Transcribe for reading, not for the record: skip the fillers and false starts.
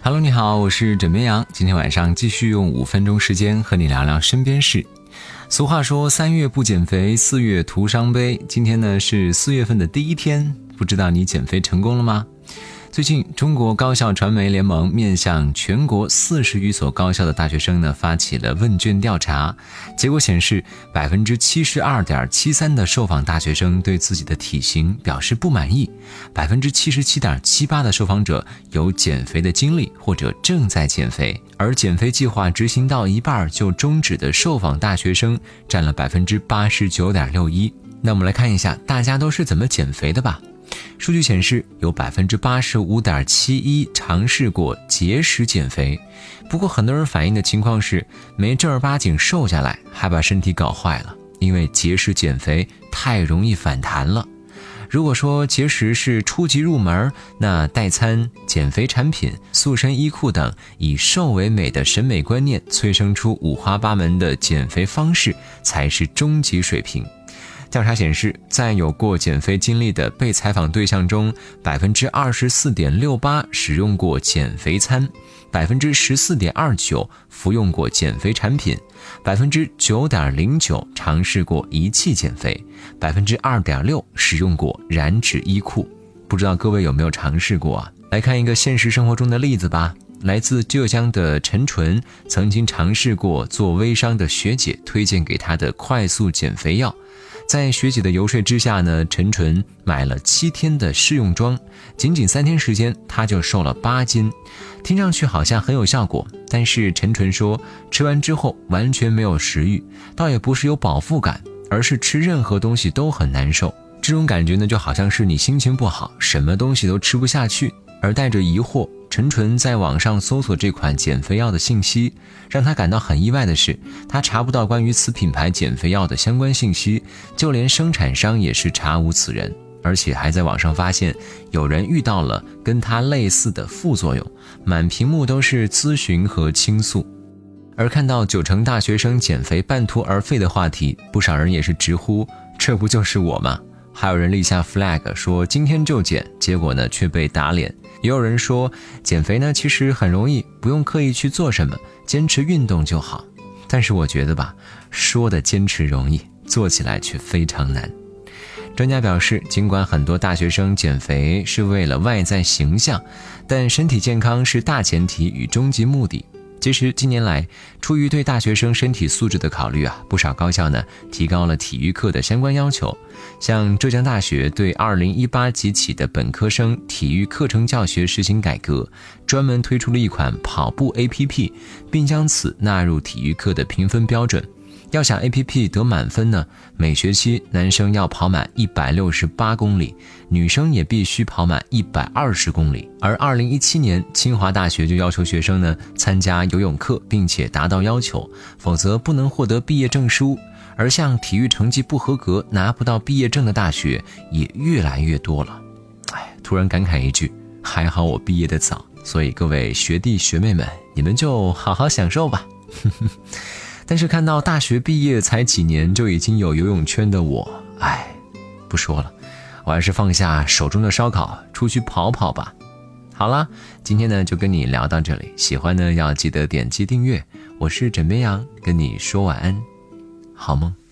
Hello， 你好，我是枕边羊。今天晚上继续用5分钟时间和你聊聊身边事。俗话说3月不减肥，4月徒伤悲。今天呢是4月份的第一天，不知道你减肥成功了吗？最近中国高校传媒联盟面向全国40余所高校的大学生呢发起了问卷调查，结果显示 72.73% 的受访大学生对自己的体型表示不满意， 77.78% 的受访者有减肥的经历或者正在减肥，而减肥计划执行到一半就终止的受访大学生占了 89.61%。 那我们来看一下大家都是怎么减肥的吧。数据显示，有 85.71% 尝试过节食减肥，不过很多人反映的情况是没正儿八经瘦下来，还把身体搞坏了，因为节食减肥太容易反弹了。如果说节食是初级入门，那代餐、减肥产品、塑身衣裤等以瘦为美的审美观念催生出五花八门的减肥方式才是中级水平。调查显示，在有过减肥经历的被采访对象中， 24.68% 使用过减肥餐， 14.29% 服用过减肥产品， 9.09% 尝试过仪器减肥， 2.6% 使用过燃脂衣裤。不知道各位有没有尝试过啊？来看一个现实生活中的例子吧。来自浙江的陈纯曾经尝试过做微商的学姐推荐给她的快速减肥药，在学姐的游说之下呢，陈纯买了7天的试用装，仅仅3天时间她就瘦了8斤。听上去好像很有效果，但是陈纯说吃完之后完全没有食欲，倒也不是有饱腹感，而是吃任何东西都很难受。这种感觉呢，就好像是你心情不好，什么东西都吃不下去。而带着疑惑，陈纯在网上搜索这款减肥药的信息，让他感到很意外的是，他查不到关于此品牌减肥药的相关信息，就连生产商也是查无此人，而且还在网上发现有人遇到了跟他类似的副作用，满屏幕都是咨询和倾诉。而看到9成大学生减肥半途而废的话题，不少人也是直呼这不就是我吗？还有人立下 flag 说今天就减，结果呢却被打脸。也有人说减肥呢其实很容易，不用刻意去做什么，坚持运动就好。但是我觉得吧，说的坚持容易，做起来却非常难。专家表示，尽管很多大学生减肥是为了外在形象，但身体健康是大前提与终极目的。其实近年来，出于对大学生身体素质的考虑不少高校呢提高了体育课的相关要求。像浙江大学对2018级起的本科生体育课程教学实行改革，专门推出了一款跑步 APP， 并将此纳入体育课的评分标准。要想 APP 得满分呢，每学期男生要跑满168公里，女生也必须跑满120公里。而2017年清华大学就要求学生呢参加游泳课，并且达到要求，否则不能获得毕业证书。而像体育成绩不合格拿不到毕业证的大学也越来越多了。突然感慨一句，还好我毕业的早，所以各位学弟学妹们，你们就好好享受吧。但是看到大学毕业才几年就已经有游泳圈的我，不说了，我还是放下手中的烧烤，出去跑跑吧。好啦，今天呢就跟你聊到这里，喜欢呢要记得点击订阅。我是枕边羊，跟你说晚安，好梦。